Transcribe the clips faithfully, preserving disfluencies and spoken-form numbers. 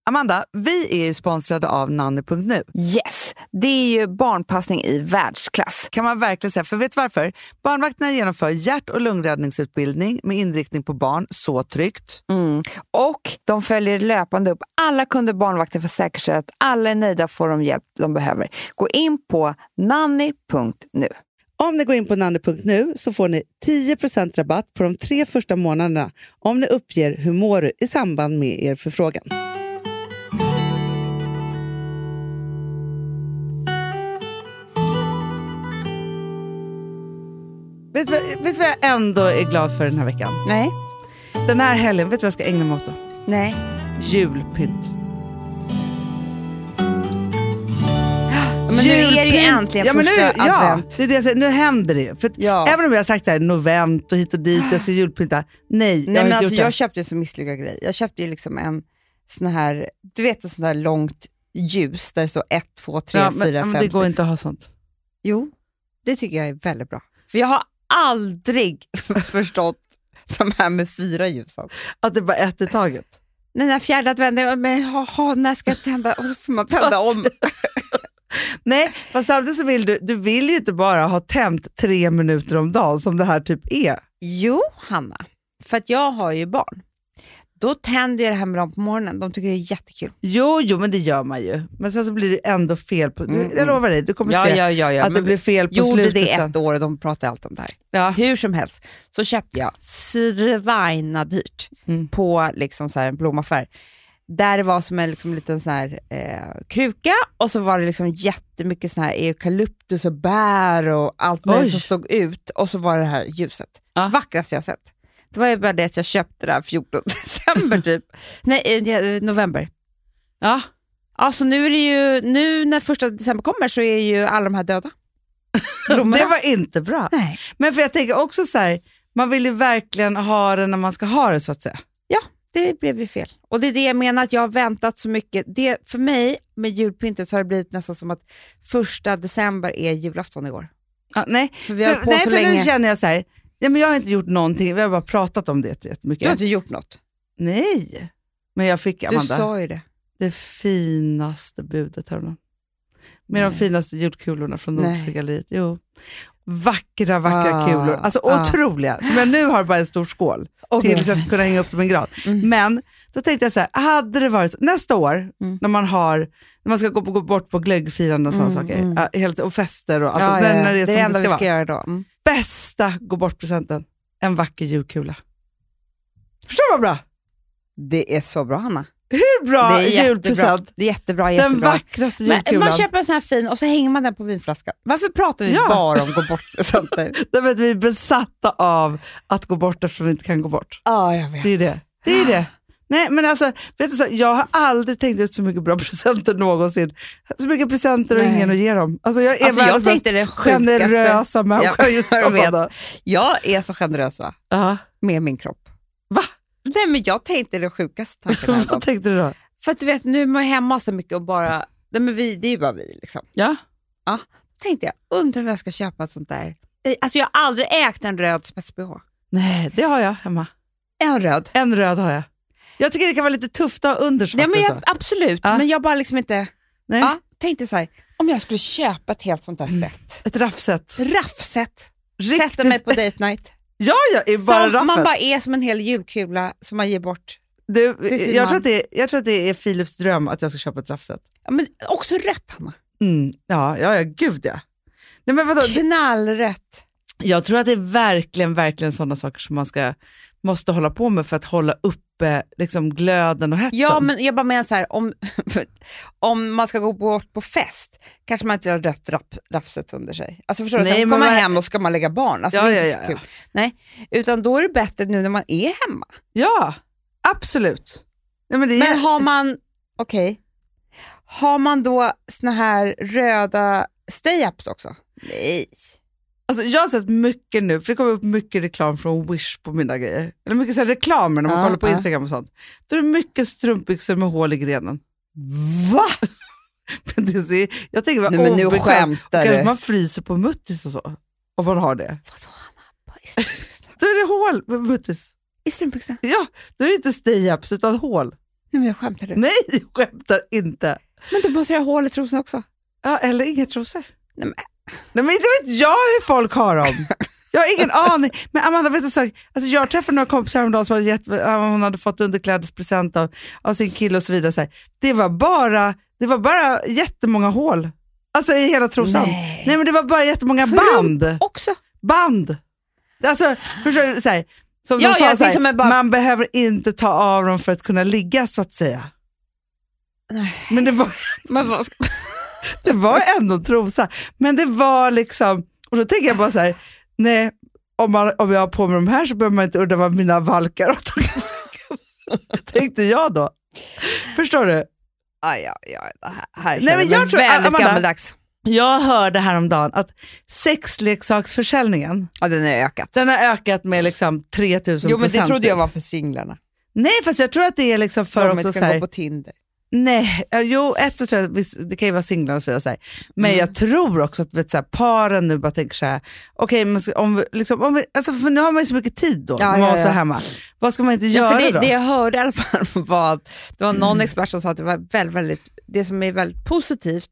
Amanda, vi är ju sponsrade av nanny punkt nu. Yes, det är ju barnpassning i världsklass. Kan man verkligen säga, för vet du varför? Barnvakterna genomför hjärt- och lungräddningsutbildning med inriktning på barn, så tryggt. Mm. Och de följer löpande upp alla kunder barnvakter för att säkerställa att alla är nöjda och får de hjälp de behöver. Gå in på nanny punkt nu. Om ni går in på nanny punkt nu så får ni tio procent rabatt på de tre första månaderna om ni uppger hur mår du i samband med er förfrågan. Vet du, vet du vad jag ändå är glad för den här veckan? Nej. Den här helgen, vet du vad jag ska ägna mig åt då? Nej. Julpynt. Men nu är det ju äntligen ja, första nu, advent. Ja, det är det jag säger. Nu händer det. För ja. Även om jag har sagt så här, novent och hit och dit, jag ska julpynta. Nej, jag Nej, har men inte alltså, gjort det. jag köpte en så misslyckad grej. Jag köpte ju liksom en sån här, du vet en sån där långt ljus där det står ett, två, tre, ja, men, fyra, men fem, det går sex. inte att ha sånt. Jo, det tycker jag är väldigt bra. För jag har aldrig förstått de här med fyra ljusen. Att det är bara ett i taget. Den här fjärde advent, men haha, när ska jag tända? Och så får man tända om. Nej, fast samtidigt så vill du, du vill ju inte bara ha tänt tre minuter om dagen som det här typ är. Jo, Hanna, för att jag har ju barn. Då tänder jag det här med dem på morgonen. De tycker det är jättekul. Jo, jo, men det gör man ju. Men sen så blir det ändå fel på, Mm, jag lovar dig, du kommer ja, se ja, ja, ja. att det Men blir fel på gjorde slutet. det sen. ett år och de pratar allt om det här. Ja. Hur som helst så köpte jag svina dyrt Mm. på liksom så här en blomaffär. Där det var som en liksom liten så här eh, kruka och så var det liksom jättemycket så här eukalyptus och bär och allt möjligt som stod ut och så var det här ljuset. Ja. Vackraste jag sett. Det var ju bara det att jag köpte det här fjortonde december typ. Nej, eh, november. Ja. Ja, så nu är det ju, nu när första december kommer så är ju alla de här döda. Det var inte bra. Nej. Men för jag tänker också så här, man vill ju verkligen ha det när man ska ha det så att säga. Ja, det blev ju fel. Och det är det jag menar att jag har väntat så mycket. Det, för mig med julpyntet så har det blivit nästan som att första december är julafton i år. Ja, nej, För vi har för, på nej, så för länge. nu känner jag så här, ja, men jag har inte gjort någonting, vi har bara pratat om det jättemycket. Du har inte gjort något. Nej, men jag fick, Du Amanda, sa ju det. det finaste budet här. Med Nej. de finaste julkulorna från Nej. Nordiska galleriet. Jo. Vackra, vackra Ah, kulor. Alltså ah. otroliga. Som jag nu har bara en stor skål. Okay. Till så jag ska kunna hänga upp dem i en grad. Mm. Men då tänkte jag så här, hade det varit så, nästa år Mm. när man har, när man ska gå, gå bort på glöggfirande och sådana Mm, saker. mm. Ja, helt, och fester och allt. Ja, och ja, när, ja. när det är Det är som det enda det vi ska ska vara. göra då. Mm. Bästa gå bort presenten. En vacker julkula. Förstår du vad bra? Det är så bra, Hanna. Hur bra Det är jättebra. julpresent? Det är jättebra, Den jättebra. vackraste Men julkulan. man köper en sån här fin och så hänger man den på vinflaskan. Varför pratar vi Ja. bara om gå bort-presenter? Därför att vi är besatta av att gå bort eftersom vi inte kan gå bort. Ja, jag vet. Det är det. Det är det. Nej, men alltså, vet du så, jag har aldrig tänkt ut så mycket bra presenter någonsin. Så mycket presenter och Nej. ingen att ge dem. Alltså jag är Alltså, jag världens tänkte det mest sjukaste. generösa människa Ja, just jag vet. nu. Jag är så generös, va? Ja. Med min kropp. Va? Nej, men jag tänkte det sjukaste tanken här. Vad tänkte du då? För att du vet, nu är man hemma så mycket och bara, nej men vi, det är ju bara vi liksom. Ja. Ja, då tänkte jag, undrar om jag ska köpa ett sånt där. Alltså jag har aldrig ägt en röd spets-B H. Nej, det har jag hemma. En röd. En röd har jag. Jag tycker det kan vara lite tufft att ha undersaker. Ja, men jag, så. absolut, Ja. men jag bara liksom inte, Nej. ja, tänkte så här, om jag skulle köpa ett helt sånt där set. Ett raffset. Raffset. Riktigt. Sätta mig på date night. Ja, ja, är bara Som raffet. man bara är som en hel julkula som man ger bort. Du, till sin jag, man. tror att det är, jag tror att det är Philips dröm att jag ska köpa ett raffset. Ja, men också rött, Hanna. Mm. Ja, ja, ja, gud ja. Nej, men vadå? Knallrött. Jag tror att det är verkligen, verkligen sådana saker som man ska, måste hålla på med för att hålla uppe liksom, glöden och hetsen. Ja, men jag bara menar så här, om, om man ska gå bort på fest kanske man inte har rött rapp, raffset under sig. Alltså förstår du, Nej, sen men kommer man vad- hem och ska man lägga barn. Alltså, Ja, det är inte ja, så ja, kul. Nej, utan då är det bättre nu när man är hemma. Ja, absolut. Nej, men det är, Men har man, okej, har man då såna här röda stay-ups också? Nej. alltså, jag har sett mycket nu, för det kommer upp mycket reklam från Wish på mina grejer. Eller mycket så här reklamer när man Ja, kollar på ja. Instagram och sånt. Då är det mycket strumpbyxor med hål i grenen. Va? Men det ser, jag tänker vad Nej, men nu obekvämt. skämtar Kanske du. man fryser på muttis och så. Om man har det. Vadå, Hanna? Vad är strumpbyxorna? Då är det hål med muttis. I strumpbyxorna? Ja, då är det inte stay-ups utan hål. Nej, men jag skämtar du. Nej, jag skämtar inte. Men då måste jag ha hål i trosan också. Ja, eller inga trosor. Nej, men... Nej, men inte vet jag hur folk har dem. Jag har ingen aning. Men Amanda, vet du så? Alltså jag träffade några kompisar häromdagen som hade gett, hon hade fått underklädespresent av, av sin kille och så vidare. Så här. Det var bara det var bara jättemånga hål. Alltså i hela trosan. Nej, Nej men det var bara jättemånga band. För också. Band. Alltså, förstår du, så här, som ja, de sa, ja, så här, som bara... man behöver inte ta av dem för att kunna ligga, så att säga. Nej. Men det var men vad ska... det var ändå en trosa. Men det var liksom, och då tänker jag bara så här, nej, om, man, om jag har på mig de här så behöver man inte undra vad mina valkar har tagit. Tänkte jag då. Förstår du? Ja, ja, ja. Det här, här nej, men jag men tror, väldigt Amanda, gammaldags. Jag hörde häromdagen att sexleksaksförsäljningen, ja, den har ökat. Den har ökat med liksom tre tusen procent. Jo, men det trodde jag var för singlarna. Nej, fast jag tror att det är liksom för de också ska så här, gå på Tinder. Nej, jo, ett så tror jag att det kan ju vara singlar och så vidare. Men mm. jag tror också att vet, så här, paren nu bara tänker så här, okej, okay, om vi, liksom, om vi, alltså, för nu har man ju så mycket tid då, ja, när man ja, var så ja. hemma. Vad ska man inte ja, göra för det, då? Det jag hörde i alla fall var att det var någon mm. expert som sa att det var väldigt, väldigt, det som är väldigt positivt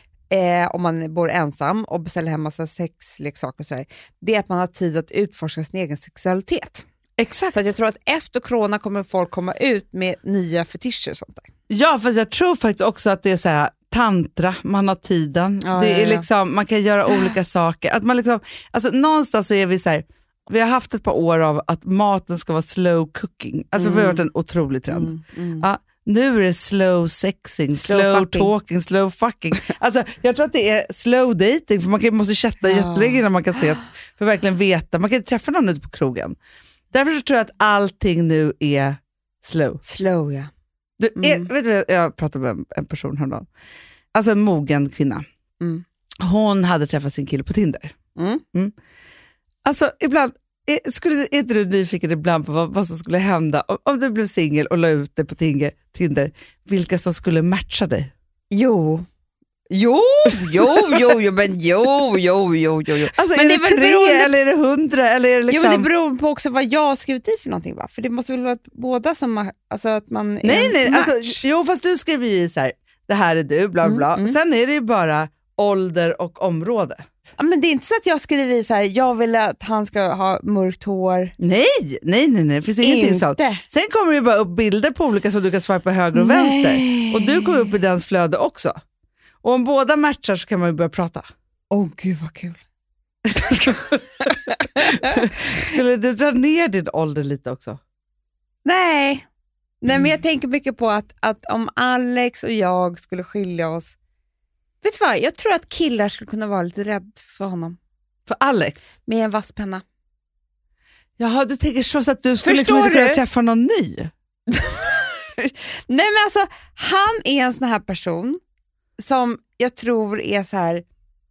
eh, om man bor ensam och beställer hem massa sexleksaker och så här, det är att man har tid att utforska sin egen sexualitet. Exakt. Så att jag tror att efter corona kommer folk komma ut med nya fetischer och sånt där. Ja, fast jag tror faktiskt också att det är så här tantra, man har tiden. Ja, det är ja, ja. liksom, man kan göra olika saker. Att man liksom, alltså någonstans så är vi så här, vi har haft ett par år av att maten ska vara slow cooking. Alltså mm. det har varit en otrolig trend. Mm, mm. Ja, nu är det slow sexing, slow, slow talking, slow fucking. Alltså jag tror att det är slow dating, för man kan, måste chatta ja. jättelänge innan man kan ses för att verkligen veta. Man kan inte träffa någon ute på krogen. Därför så tror jag att allting nu är slow. Slow, ja. Du, är, mm. vet du, jag pratade med en, en person häromdagen. Alltså en mogen kvinna. Mm. Hon hade träffat sin kille på Tinder. Mm. Mm. Alltså ibland, är, skulle, är inte du nyfiken ibland på vad, vad som skulle hända om, om du blev singel och la ut det på Tinder, Tinder, vilka som skulle matcha dig? Jo. Jo, jo, jo, jo, men jo, jo, jo, jo. Alltså men är det, det tre beroende... eller är det hundra? Eller är det liksom... Jo, men det beror på också vad jag har skrivit i för någonting, va? För det måste väl vara båda som, alltså att man är nej, nej, match. Alltså, jo, fast du skriver ju så här, det här är du, bla bla. Mm, mm. Sen är det ju bara ålder och område. Ja, men det är inte så att jag skriver i så här, jag vill att han ska ha mörkt hår. Nej, nej, nej, nej. Det finns ingenting sånt. Sen kommer det ju bara upp bilder på olika som du kan swipa höger och nej. vänster. Och du kommer upp i dens flöde också. Och om båda matchar så kan man ju börja prata. Åh oh, gud vad kul. Skulle du dra ner din ålder lite också? Nej. Nej, men jag tänker mycket på att, att om Alex och jag skulle skilja oss. Vet du vad? Jag tror att killar skulle kunna vara lite rädd för honom. För Alex? Med en vass penna. Jaha, du tänker så att du skulle liksom inte kunna träffa någon ny? Nej, men alltså han är en sån här person som jag tror är så här,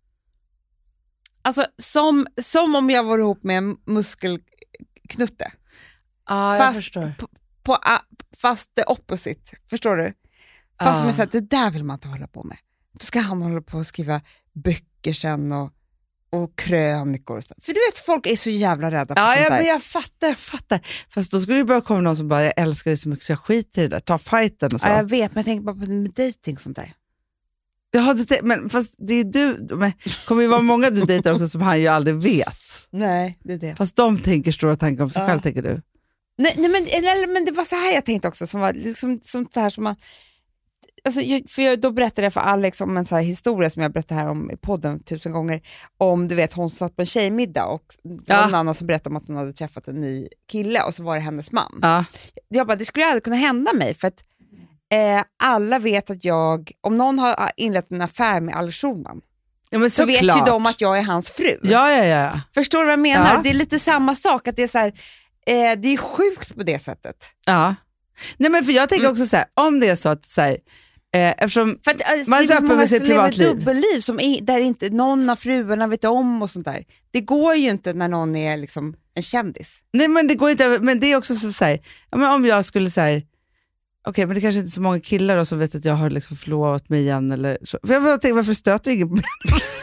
alltså som, som om jag var ihop med en muskelknutte. Ja, jag fast förstår. På, på, fast det opposite, förstår du? Fast ah. som jag säger, det där vill man inte hålla på med. Då ska han hålla på och skriva böcker sen och, och krönikor och så. För du vet, folk är så jävla rädda för ja, sånt ja, där. men jag fattar, jag fattar. Fast då skulle det bara komma någon som bara, jag älskar dig så mycket så jag skiter i det där. Ta fighten och så. Ja, jag vet, men jag tänker bara på med dating sånt där. Ja, du te- men fast det är du, men kommer ju vara många du dejtar också som han ju aldrig vet. Nej, det är det. Fast de tänker stora tankar om sig ja. själv, tänker du. Nej, nej men, nej, men det var så här jag tänkte också, som var liksom sånt här som man, alltså, jag, för jag, då berättade jag för Alex om en så här historia som jag berättade här om i podden tusen gånger, om du vet, hon satt på en tjejmiddag och ja. någon annan som berättade om att hon hade träffat en ny kille och så var det hennes man. Ja. Jag bara, det skulle aldrig kunna hända mig, för att eh, alla vet att jag, om någon har inlett en affär med Alex Schulman, ja, men så, så vet klart. ju de att jag är hans fru. Ja, ja, ja. Förstår du vad jag menar? Ja. Det är lite samma sak, att det är så här, eh, det är sjukt på det sättet. Ja. Nej, men för jag tänker också så här, om det är så att så här, eh, eftersom för att, alltså, man är så öppen med sitt privatliv. Det är ett dubbelliv som är, där inte någon av fruarna vet om och sånt där. Det går ju inte när någon är liksom en kändis. Nej, men det går inte, men det är också så, så här, ja, men om jag skulle så här, okej, okay, men det kanske inte är så många killar då, som vet att jag har liksom förlovat mig igen eller så. För jag tänker, varför stöter ingen på mig?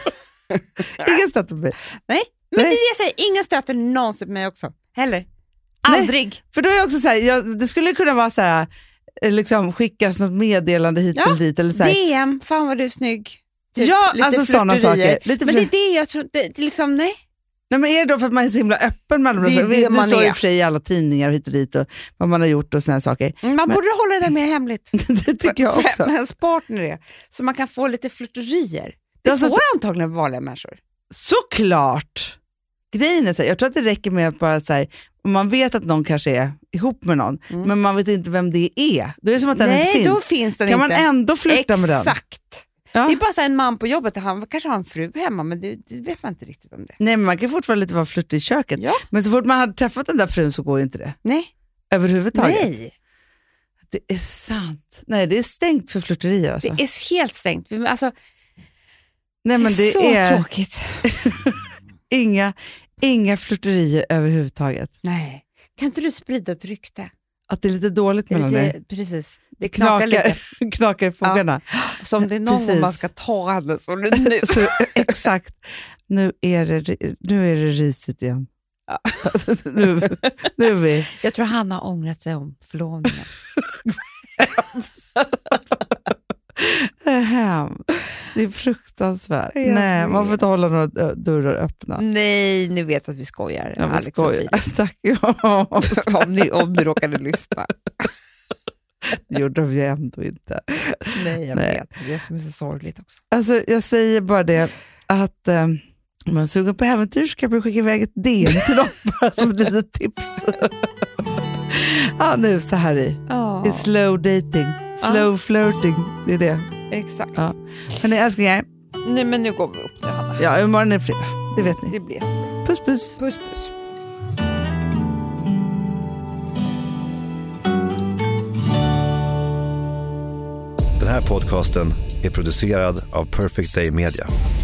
Ingen stöter på mig. Nej, men Nej. det är det jag säger, ingen stöter någonsin på mig också, heller. Aldrig. Nej, för då är jag också så här, jag, det skulle kunna vara så här, liksom skickas något meddelande hit ja, eller dit. Eller så här. D M, fan vad du är snygg. Typ, ja, lite alltså sådana saker. Lite men det är det jag tror, det, det liksom, nej. Nej, men är det då för att man är så himla öppen med alla det, det, det man står ju för sig i alla tidningar och hit och dit och vad man har gjort och såna saker. Man men, borde hålla det där mer hemligt. Det tycker jag också. Med ens partner är. Så man kan få lite flirterier. Det alltså, får antagligen vanliga människor. Såklart. Grejen är så här, jag tror att det räcker med att bara så här, om man vet att någon kanske är ihop med någon, mm. men man vet inte vem det är. Då är det som att den nej, inte finns. Nej, då finns den kan inte. man ändå flirta med den? Exakt. Ja. Det är bara så en man på jobbet, han kanske har en fru hemma, men det, det vet man inte riktigt om det. Nej, men man kan fortfarande lite vara flirtig i köket. Ja. Men så fort man hade träffat den där frun så går ju inte det. Nej. Överhuvudtaget. Nej. Det är sant. Nej, det är stängt för flirterier alltså. Det är helt stängt. Alltså, nej, men det, det är så är tråkigt. inga, inga flirterier överhuvudtaget. Nej. Kan inte du sprida ett rykte? Att det är lite dåligt mellan er. Precis. Det knakar, knakar lite. Knakar i fogarna. Ja. Som det är någon precis. gång man ska ta henne. Så det nu. Så, exakt. Nu är det, nu är det risigt igen. Ja. nu, nu är vi. Jag tror han har ångrat sig om förlovningen. Det är fruktansvärt. Nej, man får inte hålla några dörrar öppna. Nej, ni vet att vi skojar. Ja, vi Alex skojar. Stack, ja. om, ni, om ni råkade lyssna. Det gjorde de ju ändå inte. Nej, jag Nej. vet. Det är som är så sorgligt också. Alltså, jag säger bara det att eh, om man suger på äventyr så kan man skicka iväg ett D M till dem bara som ett litet tips. Ja, nu så här i. Oh. I slow dating. Slow oh. flirting. Det är det. Exakt. Ja. Men det älsklingar. Nej, men nu går vi upp till Hanna. Ja, imorgon är fredag. Det vet ni. Det blir. Puss, puss. Puss, puss. Den här podcasten är producerad av Perfect Day Media.